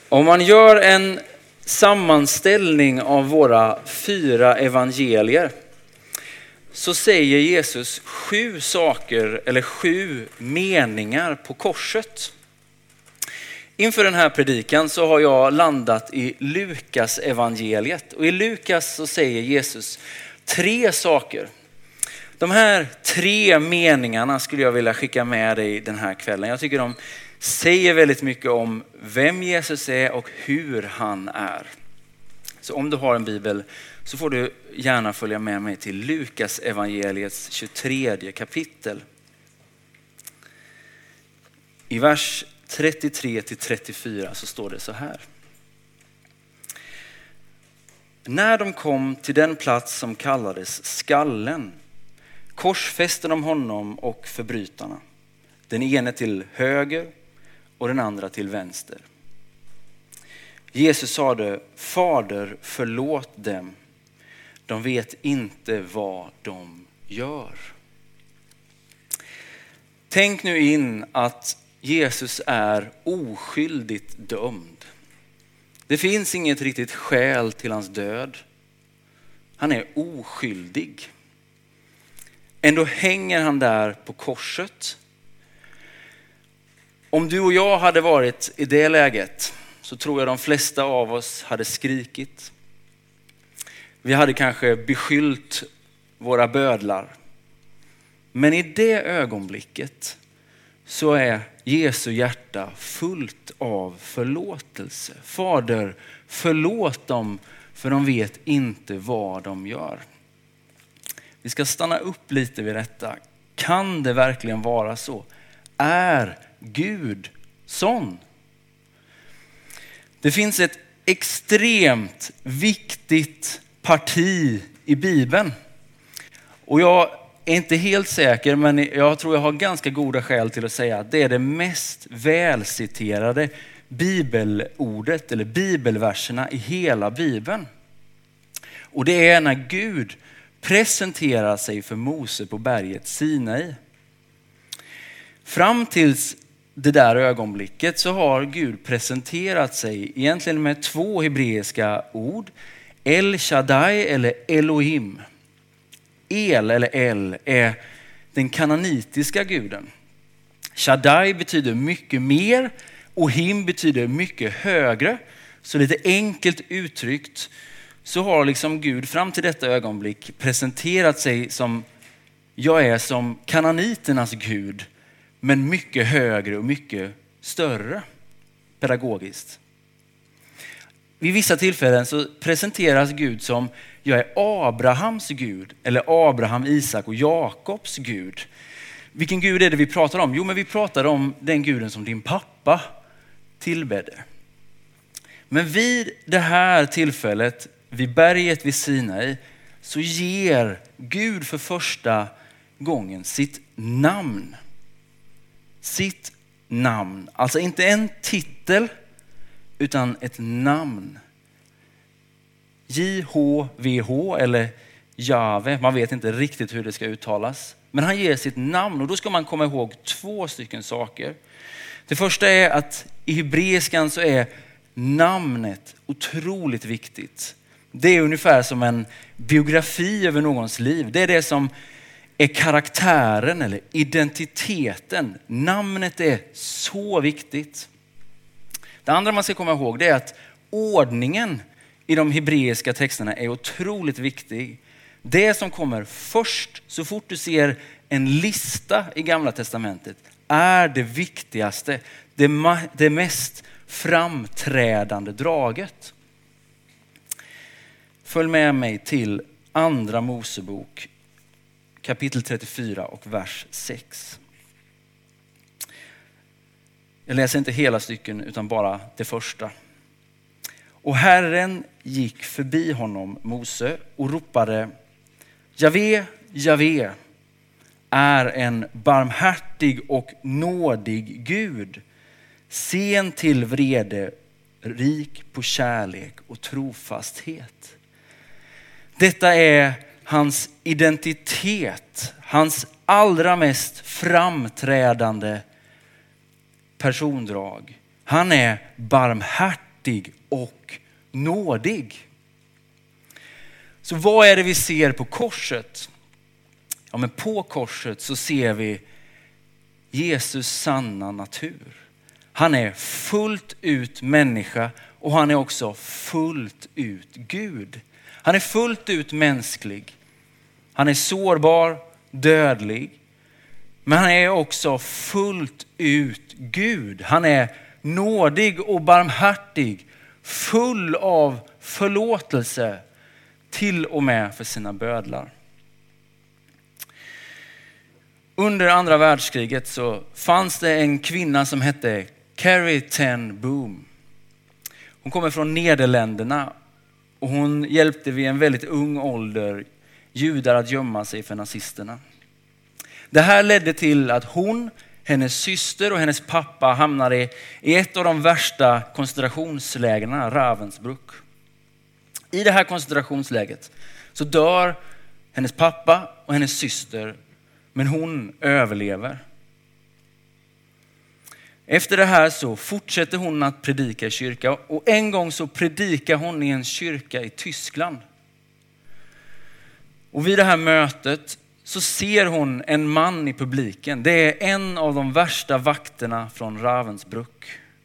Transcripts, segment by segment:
Om man gör en sammanställning av våra 4 evangelier så säger Jesus 7 saker eller 7 meningar på korset. Inför den här predikan så har jag landat i Lukas evangeliet. Och i Lukas så säger Jesus 3 saker. De här 3 meningarna skulle jag vilja skicka med dig den här kvällen. Jag tycker de säger väldigt mycket om vem Jesus är och hur han är. Så om du har en bibel så får du gärna följa med mig till Lukas evangeliets 23 kapitel. I vers 33-34 så står det så här. När de kom till den plats som kallades Skallen korsfäste de honom och förbrytarna. Den ene till höger och den andra till vänster. Jesus sade: Fader, förlåt dem. De vet inte vad de gör. Tänk nu in att Jesus är oskyldigt dömd. Det finns inget riktigt skäl till hans död. Han är oskyldig. Ändå hänger han där på korset. Om du och jag hade varit i det läget så tror jag de flesta av oss hade skrikit. Vi hade kanske beskyllt våra bödlar. Men i det ögonblicket så är Jesu hjärta fullt av förlåtelse. Fader, förlåt dem för de vet inte vad de gör. Vi ska stanna upp lite vid detta. Kan det verkligen vara så? Är Gud sån? Det finns ett extremt viktigt parti i Bibeln. Och jag är inte helt säker, men jag tror jag har ganska goda skäl till att säga att det är det mest välciterade bibelordet eller bibelverserna i hela Bibeln. Och det är när Gud presenterar sig för Mose på berget Sinai. Fram tills det där ögonblicket så har Gud presenterat sig egentligen med 2 hebreiska ord. El Shaddai eller Elohim. El eller El är den kananitiska guden. Shaddai betyder mycket mer och Him betyder mycket högre. Så lite enkelt uttryckt så har liksom Gud fram till detta ögonblick presenterat sig som jag är som kananiternas Gud, men mycket högre och mycket större pedagogiskt. Vid vissa tillfällen så presenteras Gud som jag är Abrahams Gud eller Abraham, Isak och Jakobs Gud. Vilken Gud är det vi pratar om? Jo, men vi pratar om den guden som din pappa tillbedde. Men vid det här tillfället, vid berget vid Sinai, så ger Gud för första gången sitt namn. Sitt namn. Alltså inte en titel utan ett namn. JHVH eller Jave. Man vet inte riktigt hur det ska uttalas. Men han ger sitt namn och då ska man komma ihåg 2 stycken saker. Det första är att i hebreiskan så är namnet otroligt viktigt. Det är ungefär som en biografi över någons liv. Det är det som är karaktären eller identiteten. Namnet är så viktigt. Det andra man ska komma ihåg det är att ordningen i de hebreiska texterna är otroligt viktig. Det som kommer först, så fort du ser en lista i Gamla testamentet, är det viktigaste, det mest framträdande draget. Följ med mig till Andra Mosebok kapitel 34 och vers 6. Jag läser inte hela stycken utan bara det första. Och Herren gick förbi honom, Mose, och ropade: Jave, Jave är en barmhärtig och nådig Gud, sen till vrede, rik på kärlek och trofasthet. Detta är hans identitet, hans allra mest framträdande persondrag. Han är barmhärtig barmhärtig och nådig. Så vad är det vi ser på korset? Ja, men på korset så ser vi Jesus sanna natur. Han är fullt ut människa och han är också fullt ut Gud. Han är fullt ut mänsklig. Han är sårbar, dödlig. Men han är också fullt ut Gud. Han är nådig och barmhärtig, full av förlåtelse, till och med för sina bödlar. Under andra världskriget så fanns det en kvinna som hette Corrie ten Boom. Hon kommer från Nederländerna och hon hjälpte vid en väldigt ung ålder judar att gömma sig för nazisterna. Det här ledde till att hon, hennes syster och hennes pappa hamnade i ett av de värsta koncentrationslägren, Ravensbrück. I det här koncentrationsläget så dör hennes pappa och hennes syster, men hon överlever. Efter det här så fortsätter hon att predika i kyrka och en gång så predikar hon i en kyrka i Tyskland. Och vid det här mötet så ser hon en man i publiken. Det är en av de värsta vakterna från Ravensbrück.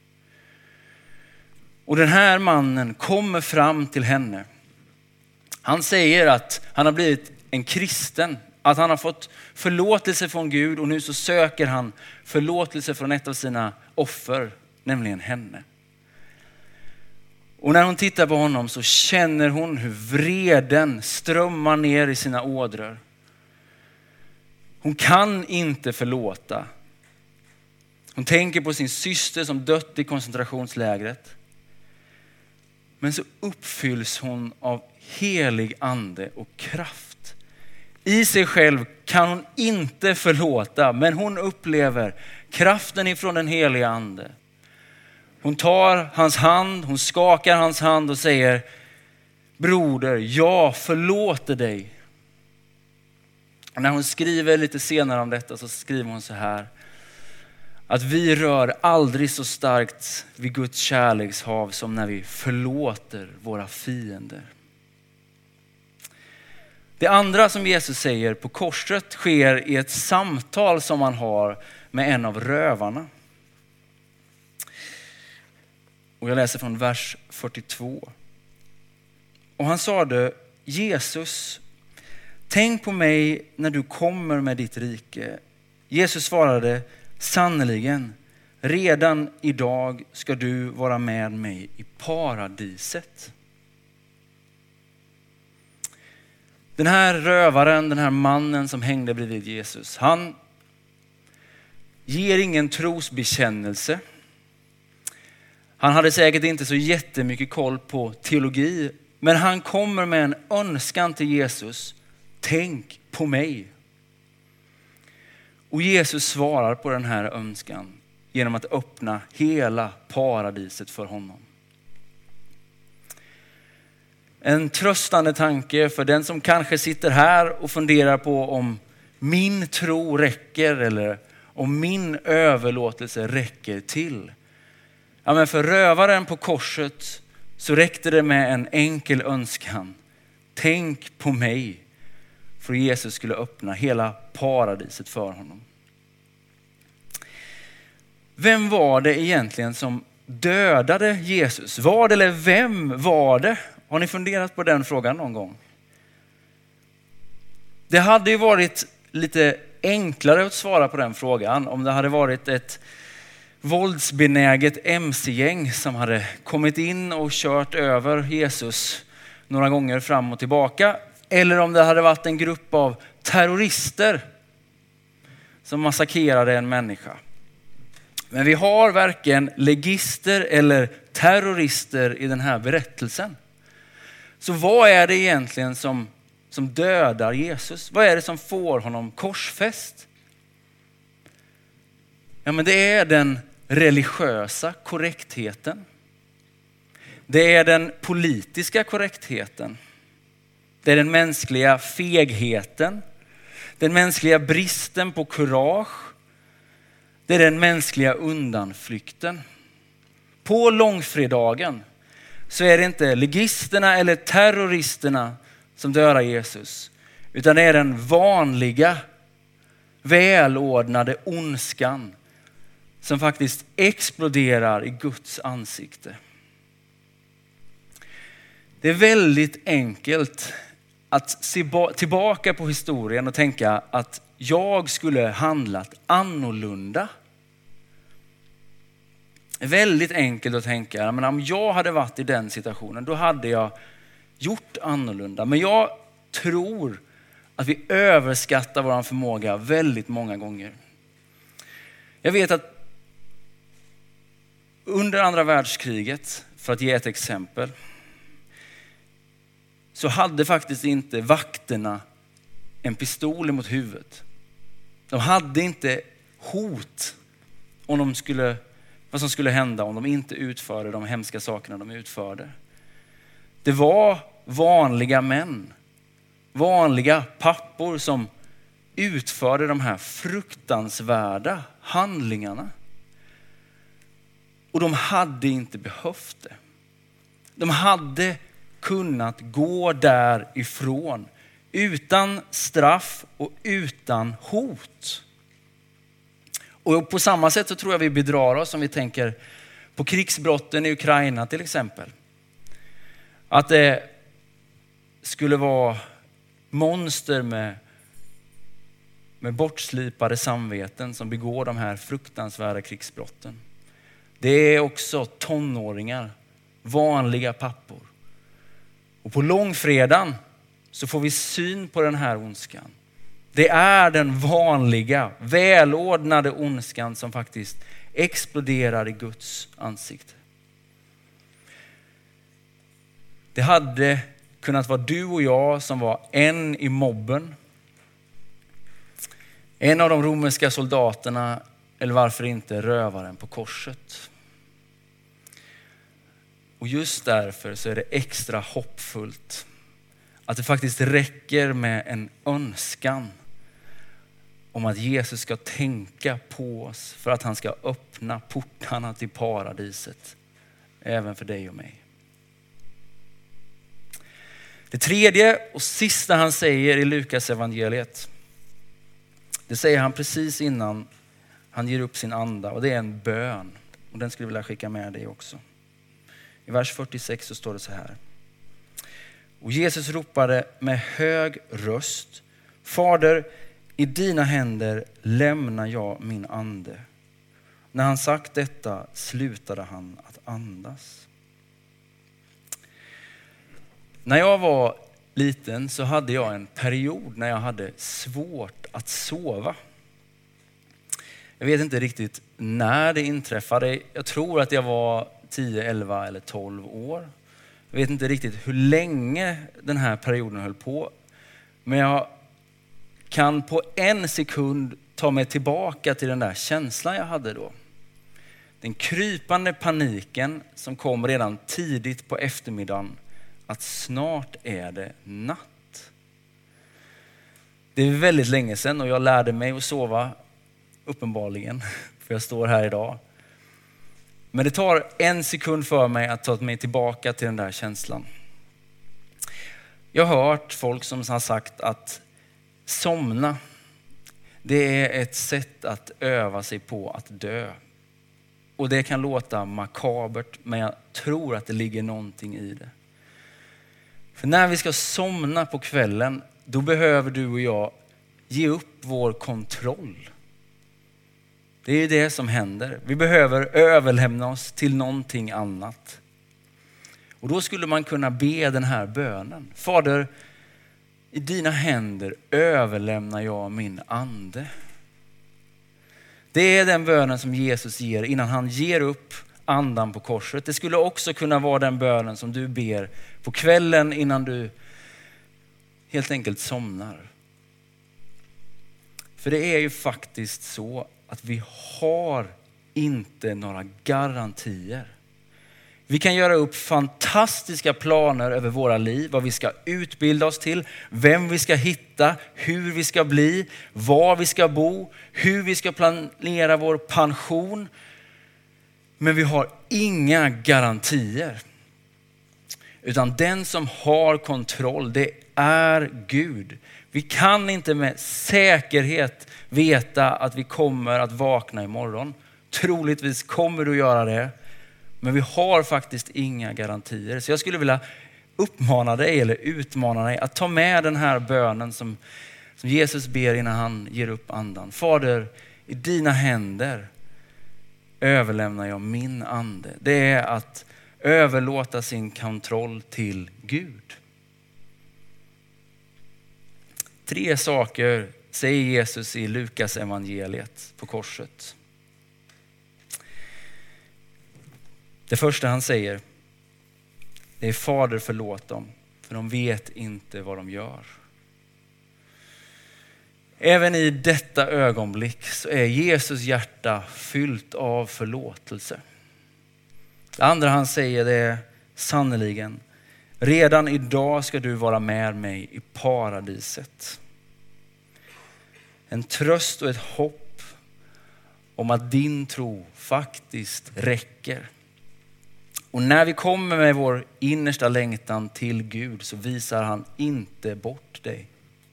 Och den här mannen kommer fram till henne. Han säger att han har blivit en kristen. Att han har fått förlåtelse från Gud och nu så söker han förlåtelse från ett av sina offer, nämligen henne. Och när hon tittar på honom så känner hon hur vreden strömmar ner i sina ådror. Hon kan inte förlåta. Hon tänker på sin syster som dött i koncentrationslägret. Men så uppfylls hon av helig ande och kraft. I sig själv kan hon inte förlåta, men hon upplever kraften ifrån den heliga ande. Hon tar hans hand, hon skakar hans hand och säger: broder, jag förlåter dig. Och när hon skriver lite senare om detta så skriver hon så här: att vi rör aldrig så starkt vid Guds kärlekshav som när vi förlåter våra fiender. Det andra som Jesus säger på korset sker i ett samtal som han har med en av rövarna. Och jag läser från vers 42. Och han sade: Jesus, tänk på mig när du kommer med ditt rike. Jesus svarade: sannoliken, redan idag ska du vara med mig i paradiset. Den här rövaren, den här mannen som hängde bredvid Jesus, han ger ingen trosbekännelse. Han hade säkert inte så jättemycket koll på teologi, men han kommer med en önskan till Jesus: tänk på mig. Och Jesus svarar på den här önskan genom att öppna hela paradiset för honom. En tröstande tanke för den som kanske sitter här och funderar på om min tro räcker eller om min överlåtelse räcker till. Ja, men för rövaren på korset så räckte det med en enkel önskan: tänk på mig, för Jesus skulle öppna hela paradiset för honom. Vem var det egentligen som dödade Jesus? Var det eller vem var det? Har ni funderat på den frågan någon gång? Det hade ju varit lite enklare att svara på den frågan om det hade varit ett våldsbenäget MC-gäng som hade kommit in och kört över Jesus några gånger fram och tillbaka. Eller om det hade varit en grupp av terrorister som massakrerade en människa. Men vi har varken legister eller terrorister i den här berättelsen. Så vad är det egentligen som dödar Jesus? Vad är det som får honom korsfäst? Ja, men det är den religiösa korrektheten. Det är den politiska korrektheten. Det är den mänskliga fegheten. Den mänskliga bristen på kurage. Det är den mänskliga undanflykten. På långfredagen så är det inte ligisterna eller terroristerna som dödar Jesus. Utan det är den vanliga, välordnade ondskan som faktiskt exploderar i Guds ansikte. Det är väldigt enkelt att se tillbaka på historien och tänka att jag skulle handlat annorlunda. Det är väldigt enkelt att tänka, men om jag hade varit i den situationen, då hade jag gjort annorlunda. Men jag tror att vi överskattar vår förmåga väldigt många gånger. Jag vet att under andra världskriget, för att ge ett exempel, så hade faktiskt inte vakterna en pistol mot huvudet. De hade inte hot om vad som skulle hända om de inte utförde de hemska sakerna de utförde. Det var vanliga män, vanliga pappor som utförde de här fruktansvärda handlingarna. Och de hade inte behövt det. De hade kunnat gå därifrån utan straff och utan hot. Och på samma sätt så tror jag vi bedrar oss om vi tänker på krigsbrotten i Ukraina till exempel. Att det skulle vara monster med bortslipade samveten som begår de här fruktansvärda krigsbrotten. Det är också tonåringar, vanliga pappor. Och på långfredagen så får vi syn på den här ondskan. Det är den vanliga, välordnade ondskan som faktiskt exploderar i Guds ansikte. Det hade kunnat vara du och jag som var en i mobben. En av de romerska soldaterna, eller varför inte rövaren på korset. Och just därför så är det extra hoppfullt att det faktiskt räcker med en önskan om att Jesus ska tänka på oss för att han ska öppna portarna till paradiset. Även för dig och mig. Det tredje och sista han säger i Lukas evangeliet. Det säger han precis innan han ger upp sin anda. Och det är en bön. Och den skulle jag vilja skicka med dig också. I vers 46 så står det så här. Och Jesus ropade med hög röst. Fader, i dina händer lämnar jag min ande. När han sagt detta slutade han att andas. När jag var liten så hade jag en period när jag hade svårt att sova. Jag vet inte riktigt när det inträffade. Jag tror att jag var 10, 11 eller 12 år. Jag vet inte riktigt hur länge den här perioden höll på. Men jag kan på en sekund ta mig tillbaka till den där känslan jag hade då. Den krypande paniken som kom redan tidigt på eftermiddagen. Att snart är det natt. Det är väldigt länge sedan och jag lärde mig att sova uppenbarligen. För jag står här idag. Men det tar en sekund för mig att ta mig tillbaka till den där känslan. Jag har hört folk som har sagt att somna, det är ett sätt att öva sig på att dö. Och det kan låta makabert, men jag tror att det ligger någonting i det. För när vi ska somna på kvällen, då behöver du och jag ge upp vår kontroll. Det är det som händer. Vi behöver överlämna oss till någonting annat. Och då skulle man kunna be den här bönen. Fader, i dina händer överlämnar jag min ande. Det är den bönen som Jesus ger innan han ger upp andan på korset. Det skulle också kunna vara den bönen som du ber på kvällen innan du helt enkelt somnar. För det är ju faktiskt så att vi har inte några garantier. Vi kan göra upp fantastiska planer över våra liv, vad vi ska utbilda oss till, vem vi ska hitta, hur vi ska bli, var vi ska bo, hur vi ska planera vår pension. Men vi har inga garantier. Utan den som har kontroll, det är Gud. Vi kan inte med säkerhet veta att vi kommer att vakna imorgon. Troligtvis kommer du att göra det. Men vi har faktiskt inga garantier. Så jag skulle vilja uppmana dig eller utmana dig att ta med den här bönen som Jesus ber innan han ger upp andan. Fader, i dina händer överlämnar jag min ande. Det är att överlåta sin kontroll till Gud. 3 saker säger Jesus i Lukas evangeliet på korset. Det första han säger, det är Fader, förlåt dem, för de vet inte vad de gör. Även i detta ögonblick så är Jesus hjärta fyllt av förlåtelse. Det andra han säger, det är sannoliken, redan idag ska du vara med mig i paradiset. En tröst och ett hopp om att din tro faktiskt räcker. Och när vi kommer med vår innersta längtan till Gud så visar han inte bort dig.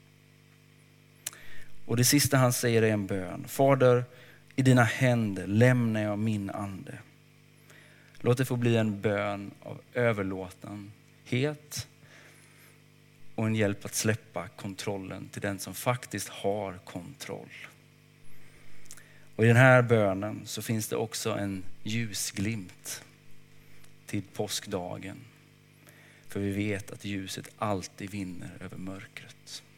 Och det sista han säger är en bön. Fader, i dina händer lämnar jag min ande. Låt det få bli en bön av överlåtenhet och en hjälp att släppa kontrollen till den som faktiskt har kontroll. Och i den här bönen så finns det också en ljusglimt till påskdagen. För vi vet att ljuset alltid vinner över mörkret.